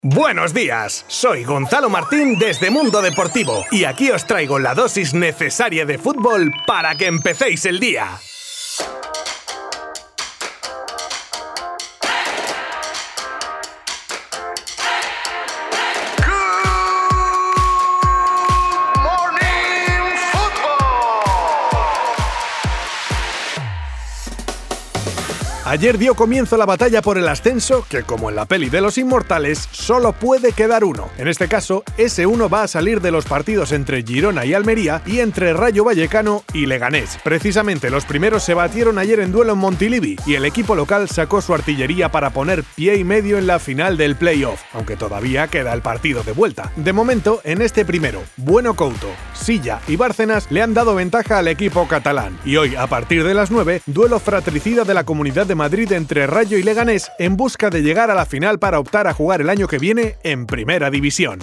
Buenos días, soy Gonzalo Martín desde Mundo Deportivo y aquí os traigo la dosis necesaria de fútbol para que empecéis el día. Ayer dio comienzo la batalla por el ascenso, que como en la peli de los inmortales, solo puede quedar uno. En este caso, ese uno va a salir de los partidos entre Girona y Almería y entre Rayo Vallecano y Leganés. Precisamente los primeros se batieron ayer en duelo en Montilivi y el equipo local sacó su artillería para poner pie y medio en la final del playoff, aunque todavía queda el partido de vuelta. De momento, en este primero, Bueno Couto, Silla y Bárcenas le han dado ventaja al equipo catalán. Y hoy, a partir de las 9, duelo fratricida de la Comunidad de Madrid entre Rayo y Leganés en busca de llegar a la final para optar a jugar el año que viene en Primera División.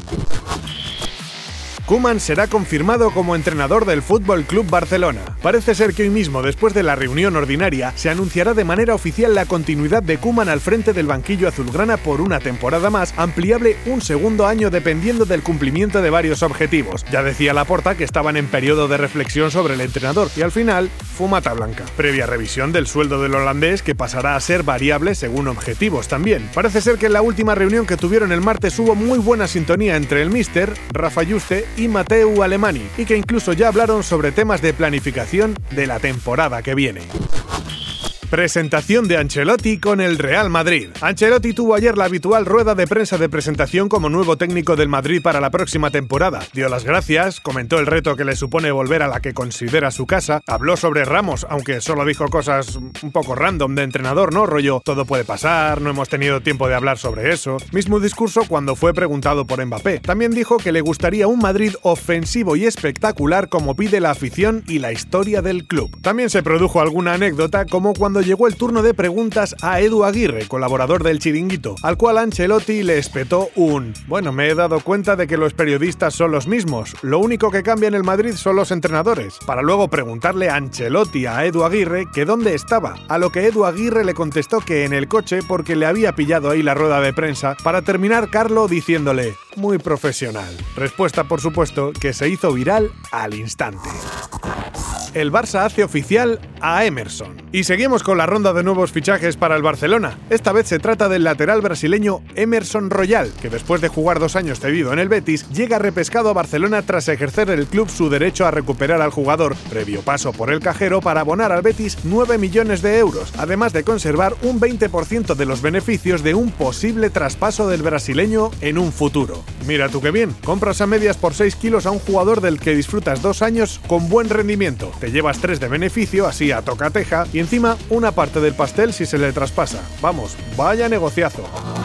Koeman será confirmado como entrenador del Fútbol Club Barcelona. Parece ser que hoy mismo, después de la reunión ordinaria, se anunciará de manera oficial la continuidad de Koeman al frente del banquillo azulgrana por una temporada más, ampliable un segundo año dependiendo del cumplimiento de varios objetivos. Ya decía Laporta que estaban en periodo de reflexión sobre el entrenador y al final, fumata blanca. Previa revisión del sueldo del holandés que pasará a ser variable según objetivos también. Parece ser que en la última reunión que tuvieron el martes hubo muy buena sintonía entre el míster, Rafa Juste y Mateu Alemany, y que incluso ya hablaron sobre temas de planificación de la temporada que viene. Presentación de Ancelotti con el Real Madrid. Ancelotti tuvo ayer la habitual rueda de prensa de presentación como nuevo técnico del Madrid para la próxima temporada. Dio las gracias, comentó el reto que le supone volver a la que considera su casa, habló sobre Ramos, aunque solo dijo cosas un poco random de entrenador, ¿no? Rollo, todo puede pasar, no hemos tenido tiempo de hablar sobre eso. Mismo discurso cuando fue preguntado por Mbappé. También dijo que le gustaría un Madrid ofensivo y espectacular como pide la afición y la historia del club. También se produjo alguna anécdota como cuando llegó el turno de preguntas a Edu Aguirre, colaborador del Chiringuito, al cual Ancelotti le espetó un «Bueno, me he dado cuenta de que los periodistas son los mismos, lo único que cambia en el Madrid son los entrenadores», para luego preguntarle a Ancelotti a Edu Aguirre que dónde estaba, a lo que Edu Aguirre le contestó que en el coche porque le había pillado ahí la rueda de prensa, para terminar Carlo diciéndole «muy profesional». Respuesta, por supuesto, que se hizo viral al instante. El Barça hace oficial a Emerson. Y seguimos con la ronda de nuevos fichajes para el Barcelona. Esta vez se trata del lateral brasileño Emerson Royal, que después de jugar 2 años cedido en el Betis, llega repescado a Barcelona tras ejercer el club su derecho a recuperar al jugador, previo paso por el cajero para abonar al Betis 9 millones de euros, además de conservar un 20% de los beneficios de un posible traspaso del brasileño en un futuro. Mira tú qué bien, compras a medias por 6 kilos a un jugador del que disfrutas 2 años con buen rendimiento. Te llevas 3 de beneficio, así a tocateja, y encima una parte del pastel si se le traspasa. Vamos, vaya negociazo.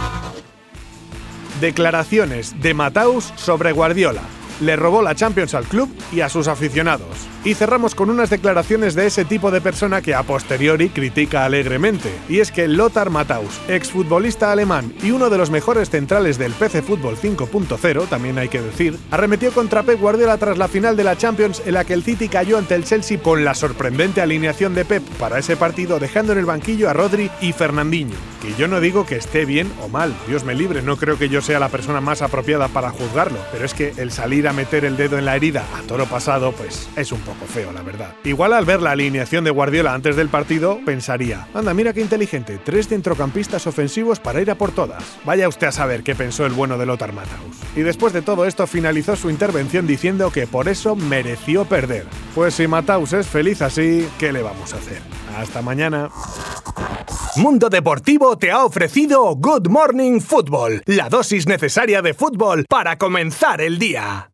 Declaraciones de Matthäus sobre Guardiola. Le robó la Champions al club y a sus aficionados. Y cerramos con unas declaraciones de ese tipo de persona que a posteriori critica alegremente. Y es que Lothar Matthäus, exfutbolista alemán y uno de los mejores centrales del PC Fútbol 5.0, también hay que decir, arremetió contra Pep Guardiola tras la final de la Champions en la que el City cayó ante el Chelsea con la sorprendente alineación de Pep para ese partido, dejando en el banquillo a Rodri y Fernandinho. Que yo no digo que esté bien o mal, Dios me libre, no creo que yo sea la persona más apropiada para juzgarlo, pero es que el salir a meter el dedo en la herida a toro pasado, pues es un poco feo, la verdad. Igual al ver la alineación de Guardiola antes del partido, pensaría, anda, mira qué inteligente, 3 centrocampistas ofensivos para ir a por todas. Vaya usted a saber qué pensó el bueno de Lothar Matthäus. Y después de todo esto finalizó su intervención diciendo que por eso mereció perder. Pues si Matthäus es feliz así, ¿qué le vamos a hacer? Hasta mañana. Mundo Deportivo te ha ofrecido Good Morning Football, la dosis necesaria de fútbol para comenzar el día.